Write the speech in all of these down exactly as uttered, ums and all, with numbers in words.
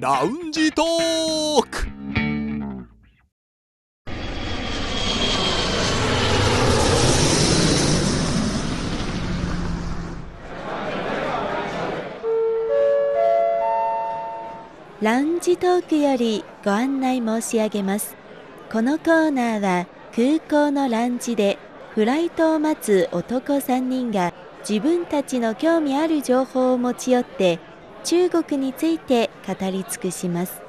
ラウンジトーク。 ラウンジトークよりご案内申し上げます。このコーナーは空港のランジでフライトを待つ男さんにんが自分たちの興味ある情報を持ち寄って中国について語り尽くします。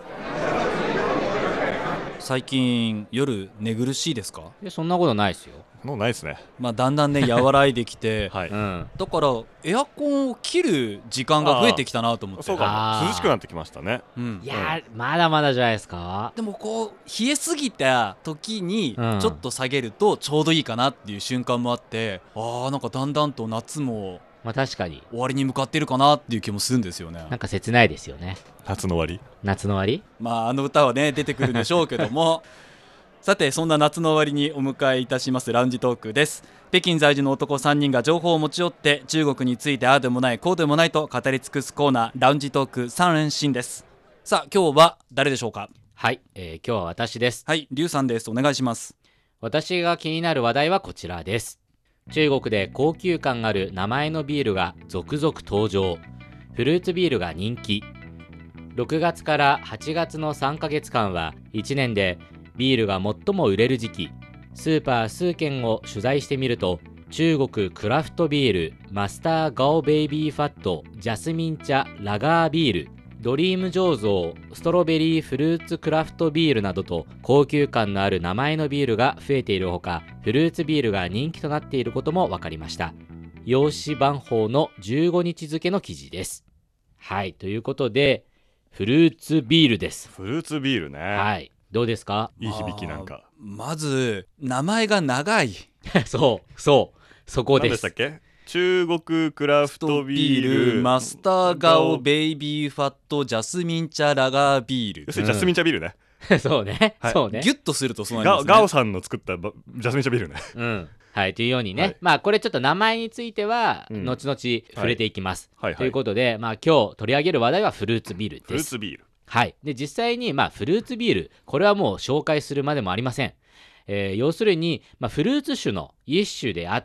最近夜寝苦しいですか？ いやそんなことないですよ。 もうないですね。 まあだんだんね和らいできて、 はい、 うん、 だからエアコンを切る時間が増えてきたなと思って。 そうかも、涼しくなってきましたね。 うん、 いやー、まだまだじゃないですか。 でもこう冷えすぎた時にうんちょっと下げるとちょうどいいかなっていう瞬間もあって、あーなんかだんだんと夏もまあ確かに終わりに向かってるかなっていう気もするんですよね。 なんか切ないですよね。 夏の終わり。 夏の終わり。 まああの歌はね出てくるんでしょうけどもさてそんな夏の終わりにお迎えいたしますラウンジトークです。北京在住の男さんにんが情報を持ち寄って中国についてああでもないこうでもないと語り尽くすコーナー、ラウンジトークさん連新です。さあ今日は誰でしょうか？ はい、えー、今日は私です。 はい、リュウさんです。お願いします。 私が気になる話題はこちらです。中国で高級感ある名前のビールが続々登場。フルーツビールが人気。ろくがつからはちがつのさんかげつかんはいちねんでビールが最も売れる時期。スーパー数軒を取材してみると、中国クラフトビールマスターガオベイビーファットジャスミン茶ラガービール、ドリーム醸造ストロベリーフルーツクラフトビールなどと高級感のある名前のビールが増えているほか、フルーツビールが人気となっていることも分かりました。陽子番報のじゅうごにち付の記事です。はい、ということでフルーツビールです。 フルーツビールね。 はい、どうですか？ いい響き。なんかまず名前が長いそうそうそこです。 何でしたっけ？中国クラフトビールマスターガオベイビーファットジャスミン茶ラガービール。 要するにジャスミン茶ビールね、 そうね、 はい、 そうね。 ギュッとするとそうなりますね。 ガガオさんの作ったジャスミン茶ビールね。 うんはい、というようにね、 はい、 まあこれちょっと名前についてはうん後々触れていきます、 はいはいはい、 ということで、まあ、今日取り上げる話題はフルーツビールです。 フルーツビール、 はい、で実際にまあフルーツビール、これはもう紹介するまでもありません。えー、要するに、まあ、フルーツ種の一種であって、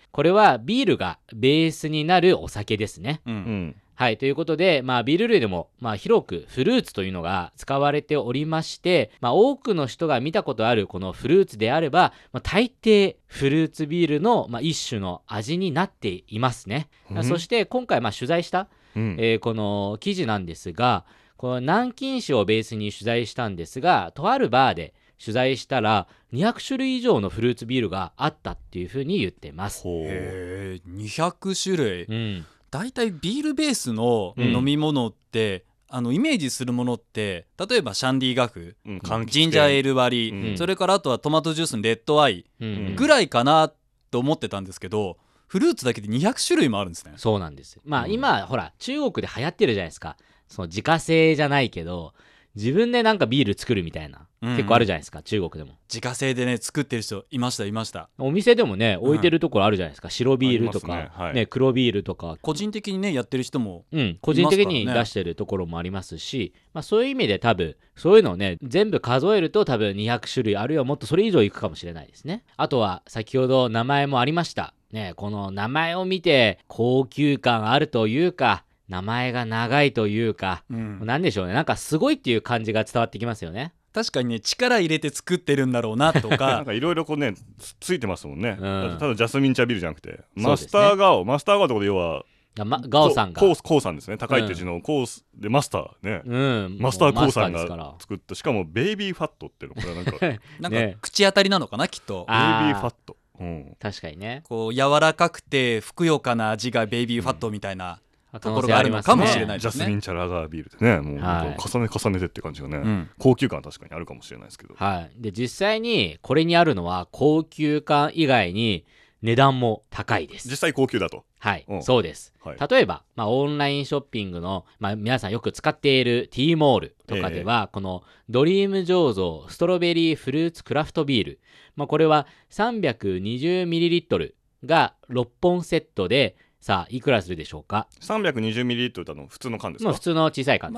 これはビールがベースになるお酒ですね、 うん、 うんはい、ということで、まあ、ビール類でも、まあ、広くフルーツというのが使われておりまして、まあ、多くの人が見たことあるこのフルーツであれば、まあ、大抵フルーツビールの、まあ、一種の味になっていますね、 うん、 そして今回、まあ、取材した、 うんえーこの記事なんですが、この南京市をベースに取材したんですが、とあるバーで取材したらにひゃくしゅるい以上のフルーツビールがあったっていうふうに言ってます。 ほうへーにひゃくしゅるい、 うんだいたいビールベースの飲み物って、うん、あのイメージするものって例えばシャンディガフ、 うん、 ジンジャーエール割り、 うん、 それからあとはトマトジュースのレッドアイうんぐらいかなと思ってたんですけど、フルーツだけでにひゃくしゅるいもあるんですね。 そうなんです。まあ、 うん、 今ほら中国で流行ってるじゃないですか、その自家製じゃないけど自分でなんかビール作るみたいな、うん、結構あるじゃないですか、中国でも自家製でね作ってる人いましたいました。 お店でもね置いてるところあるじゃないですか、うん、白ビールとか、ねはいね、黒ビールとか個人的にねやってる人も、 うん、個人的に出してるところもありますし、まあ、そういう意味で多分そういうのをね全部数えると多分にひゃくしゅるいあるいはもっとそれ以上いくかもしれないですね。あとは先ほど名前もありましたね、この名前を見て高級感あるというか名前が長いというか、うん、なんでしょうね、なんかすごいっていう感じが伝わってきますよね。 確かにね力入れて作ってるんだろうなとかなんかいろいろこうね つ, ついてますもんね、うん、ただジャスミン茶ビールじゃなくてマスターガオ、ね、マスターガオってこと要はま、ガオさんがコウコウさんですね、高いって字のコウでマスターね、うん、マスターコウさんが作った、しかもベイビーファットっていうのこれはなんかなんか口当たりなのかなきっと。 ベイビーファット、うん、 確かにね、 こう柔らかくてふくよかな味がベイビーファットみたいな、うん、ところがあるのかもしれないですね。 ジャスミン茶ラガービールでね、もう、はい、重ね重ねてって感じがね、うん、高級感は確かにあるかもしれないですけど、 はい、で実際にこれにあるのは高級感以外に値段も高いです。 実際高級だと。 はい、 うん、 そうです、 はい、 例えば、まあ、オンラインショッピングの、まあ、皆さんよく使っている T モールとかでは、えー、このドリーム醸造ストロベリーフルーツクラフトビール、まあ、これは さんびゃくにじゅうミリリットル がろっぽんセットでさあいくらするでしょうか。 さんびゃくにじゅうミリリットル ってあの普通の缶ですか？ まあ、普通の小さい缶ですね、 まあ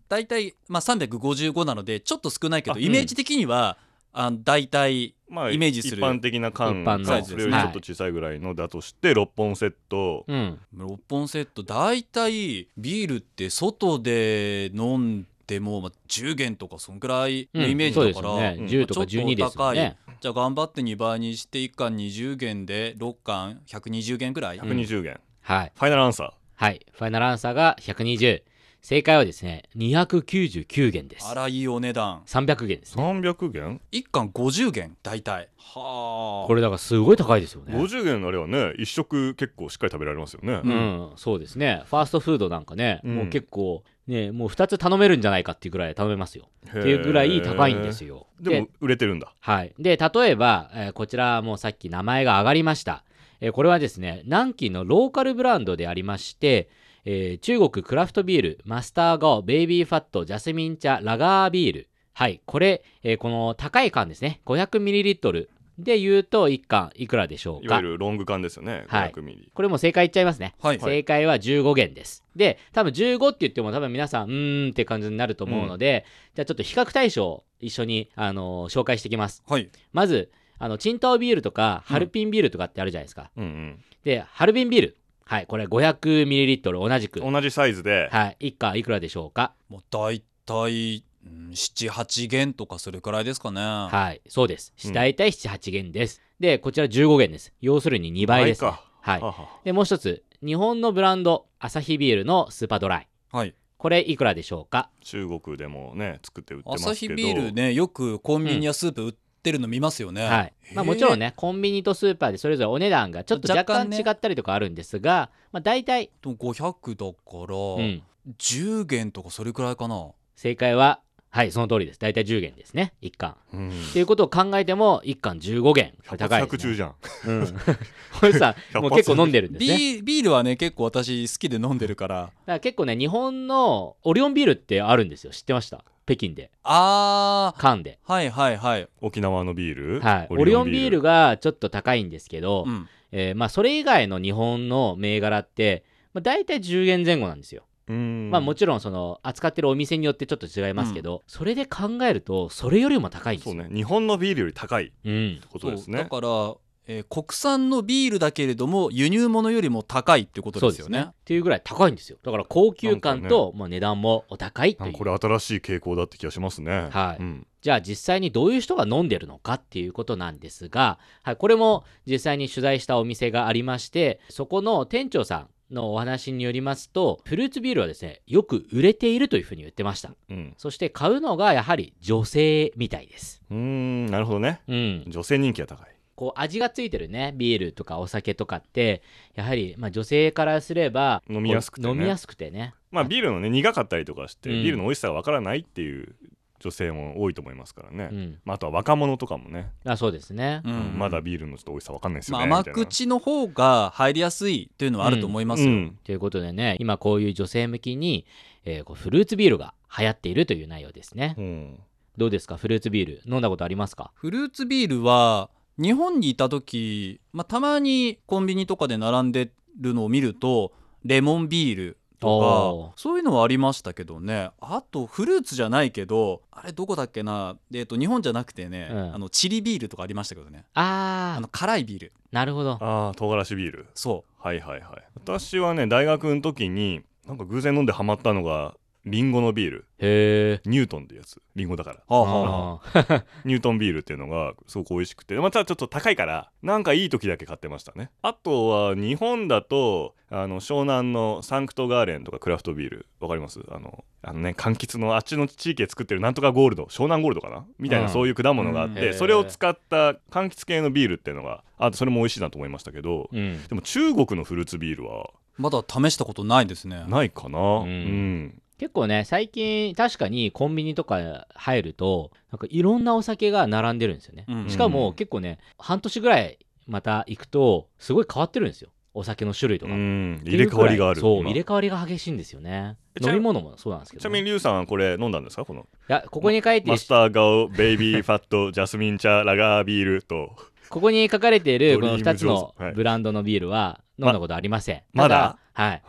だいたい、まあ、さんびゃくごじゅうごなのでちょっと少ないけど、 あイメージ的には、うん、あだいたいイメージする、 まあ、一般的な缶のサイズ、それよりちょっと小さいぐらいのだとしてろっぽんセット、 うん、ろっぽんセットだいたいビールって外で飲んでも、まあ、じゅうげんとかそんくらいのイメージだから、うんねうん、じゅうとかじゅうにですよね。 じゃあ頑張ってにばいにしていっかんにじゅうげんでろっかんひゃくにじゅうげんくらい、 ひゃくにじゅうげん、 うん、はい、 ファイナルアンサー、 はいファイナルアンサーがひゃくにじゅう、正解はですねにひゃくきゅうじゅうきゅうげんです。 あらいいお値段。 さんびゃくげんですね。 さんびゃくげんいっかんごじゅうげん大体。はあ、 これだからすごい高いですよね。 ごじゅうげんのあれはね一食結構しっかり食べられますよね。 うん、うん、そうですね。ファーストフードなんかね、うん、もう結構ねもうふたつ頼めるんじゃないかっていうぐらい頼めますよっていうぐらい高いんですよ。 でも売れてるんだ。 はい。で例えば、えー、こちらもさっき名前が挙がりました、えー、これはですね南紀のローカルブランドでありまして、えー、中国クラフトビールマスターガオベイビーファットジャスミン茶ラガービール、はいこれ、えー、この高い缶ですね ごひゃくミリリットル で言うといっかんいくらでしょうか。 いわゆるロング缶ですよね、ごひゃくミリ、 はい、これも正解いっちゃいますね、はい、正解はじゅうごげんです。で多分じゅうごって言っても多分皆さんうーんって感じになると思うので、うん、じゃあちょっと比較対象を一緒に、あのー、紹介していきます、はい、まずあのチンタオビールとかハルピンビールとかってあるじゃないですか、うんうん、でハルピンビール、はい、これ ごひゃくミリリットル 同じく同じサイズで、 はい、いっかんいくらでしょうか。 もうだいたいななはちげんとかそれくらいですかね。 はいそうです、だいたいななはちげんです、うん、でこちらじゅうごげんです。要するににばいですね。はい、ははでもう一つ日本のブランドアサヒビールのスーパードライ、はい、これいくらでしょうか。 中国でもね作って売ってますけど、 アサヒビールねよくコンビニやスーパー売ってるの見ますよね、うんはいまあ、もちろんねコンビニとスーパーでそれぞれお値段がちょっと若干違ったりとかあるんですが、ねまあ、大体ごひゃくだから、うん、じゅうげんとかそれくらいかな。 正解ははいその通りです。大体じゅうげんですねいっかん、うん、っていうことを考えてもいっかんじゅうごげん、これ高いですね。ひゃく中じゃん、うん、堀さんもう結構飲んでるんですね。 ビ, ビールはね結構私好きで飲んでるから。だから結構ね日本のオリオンビールってあるんですよ。知ってました？北京であー缶で、 はいはいはい、 沖縄のビール、 はい、オリオンビールがちょっと高いんですけど、うんえーまあ、それ以外の日本の銘柄って、まあ、大体じゅうげんぜん後なんですよ。うんまあ、もちろんその扱ってるお店によってちょっと違いますけど、うん、それで考えるとそれよりも高いんですよ。 そうね、日本のビールより高いってことですね、 うん、だから、えー、国産のビールだけれども輸入物よりも高いってことですよね。 そうですねっていうぐらい高いんですよ。だから高級感と、ねまあ、値段もお高いっていう。 これ新しい傾向だって気がしますね。 はい、うん、じゃあ実際にどういう人が飲んでるのかっていうことなんですが、はい、これも実際に取材したお店がありまして、そこの店長さんのお話によりますとフルーツビールはですねよく売れているというふうに言ってました、うん、そして買うのがやはり女性みたいです。 うーんなるほどね、うん、女性人気が高い。 こう味がついてるねビールとかお酒とかってやはりまあ女性からすれば飲みやすくてね飲みやすくてねまあビールのね苦かったりとかして、うん、ビールの美味しさがわからないっていう女性も多いと思いますからね、うんまあ、あとは若者とかもね。 あそうですね、 うん、まだビールのちょっと美味しさわかんないですよね、 まあ、甘口の方が入りやすいというのはあると思いますよ、うんうん、 ということでね今こういう女性向きに、えー、こうフルーツビールが流行っているという内容ですね、うん、どうですかフルーツビール飲んだことありますか？ フルーツビールは日本にいた時、まあ、たまにコンビニとかで並んでるのを見るとレモンビールとかそういうのはありましたけどね。あとフルーツじゃないけどあれどこだっけな、えーと日本じゃなくてね、うん、あのチリビールとかありましたけどね。 ああの辛いビール。 なるほど。 あ唐辛子ビール。 そうはいはいはい。私はね大学の時になんか偶然飲んでハマったのがリンゴのビール。 へー。 ニュートンってやつリンゴだから、 はあはあ、ニュートンビールっていうのがすごく美味しくてまたちょっと高いからなんかいい時だけ買ってましたね。あとは日本だとあの湘南のサンクトガーレンとかクラフトビールわかります？あのあのね柑橘のあっちの地域で作ってるなんとかゴールド湘南ゴールドかなみたいな、うん、そういう果物があって、うん、それを使った柑橘系のビールっていうのがあとそれも美味しいなと思いましたけど、うん、でも中国のフルーツビールはまだ試したことないですね。 ないかな、うんうん結構ね最近確かにコンビニとか入るとなんかいろんなお酒が並んでるんですよね、うん、しかも結構ね半年ぐらいまた行くとすごい変わってるんですよお酒の種類とか。 うん入れ替わりがある。 そう入れ替わりが激しいんですよね。飲み物もそうなんですけど、ね、 ちなみにリュウさんはこれ飲んだんですか？このいやここに書いてマスターガオベイビーファットジャスミン茶ラガービールとここに書かれているこのふたつのブランドのビールは飲んだことありません。 まだはい、はい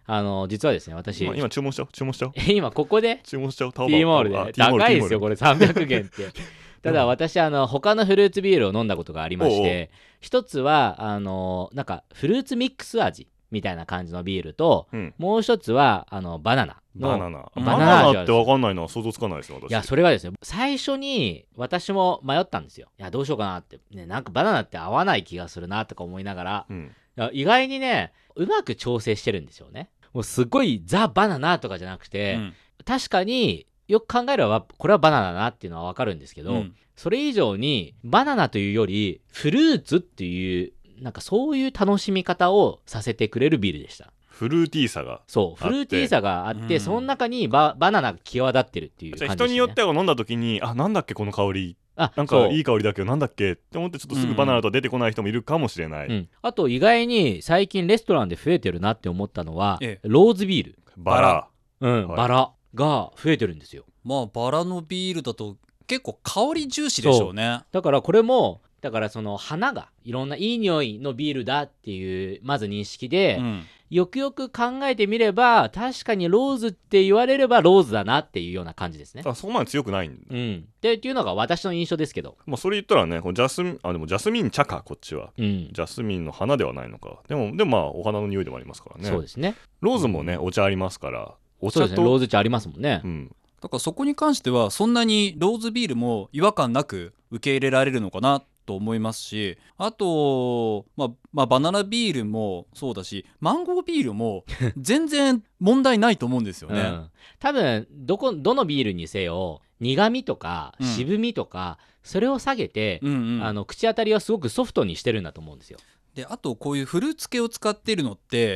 あの実はですね私今今注文しちゃう注文しちゃう今ここで注文しちゃうタオ T モールであ T モール高いです T モールよこれさんびゃくえんってただ私あの他のフルーツビールを飲んだことがありまして一つはあのなんかフルーツミックス味みたいな感じのビールと、うん、もう一つはあのバナナのバナナバナナナって分かんないのは想像つかないですよ私。 いやそれがですね最初に私も迷ったんですよ。いやどうしようかなって、ね、なんかバナナって合わない気がするなとか思いながら、うん、いや意外にねうまく調整してるんですよね。もうすごいザ・バナナとかじゃなくて、うん、確かによく考えればこれはバナナだなっていうのは分かるんですけど、うん、それ以上にバナナというよりフルーツっていうなんかそういう楽しみ方をさせてくれるビールでした。 フルーティーさがそうフルーティーさがあって、うん、その中に バ, バナナが際立ってるっていう感じですね。 人によっては飲んだ時にあなんだっけこの香りあなんかいい香りだけどなんだっけって思ってちょっとすぐバナナと出てこない人もいるかもしれない、 うんうん、あと意外に最近レストランで増えてるなって思ったのは、ええ、ローズビールバラ、 うん、はい、バラが増えてるんですよ。 まあバラのビールだと結構香り重視でしょうね。 だからこれもだからその花がいろんないい匂いのビールだっていうまず認識で、うん、よくよく考えてみれば確かにローズって言われればローズだなっていうような感じですね。 あそこまで強くないんだ、 うん、でっていうのが私の印象ですけど、 まあ、それ言ったらねこのジャスミンあでもジャスミン茶かこっちは、うん、ジャスミンの花ではないのか。でもでもまあお花の匂いでもありますからね。 そうですね。 ローズもねお茶ありますからお茶とそうですねローズ茶ありますもんね、 うん、だからそこに関してはそんなにローズビールも違和感なく受け入れられるのかなと思いますし、あと、まあまあ、バナナビールもそうだしマンゴービールも全然問題ないと思うんですよね、うん、 多分どこどのビールにせよ苦味とか渋みとか、うん、それを下げて、うんうん、あの口当たりはすごくソフトにしてるんだと思うんですよ。 であとこういうフルーツ系を使っているのって、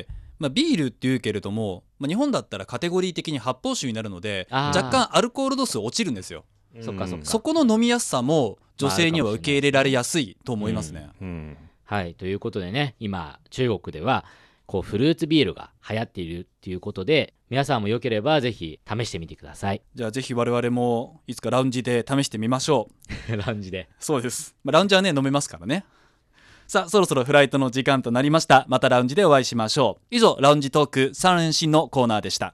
まあ、ビールっていうけれども、まあ、日本だったらカテゴリー的に発泡酒になるので若干アルコール度数落ちるんですよ。 そっかそっか。 そこの飲みやすさも女性には受け入れられやすいと思いますね、うんうん、 はいということでね今中国ではこうフルーツビールが流行っているっていうことで皆さんもよければぜひ試してみてください。 じゃあぜひ我々もいつかラウンジで試してみましょうラウンジでそうです、まあ、ラウンジはね飲めますからね。さあそろそろフライトの時間となりました。またラウンジでお会いしましょう。以上ラウンジトークさん連新のコーナーでした。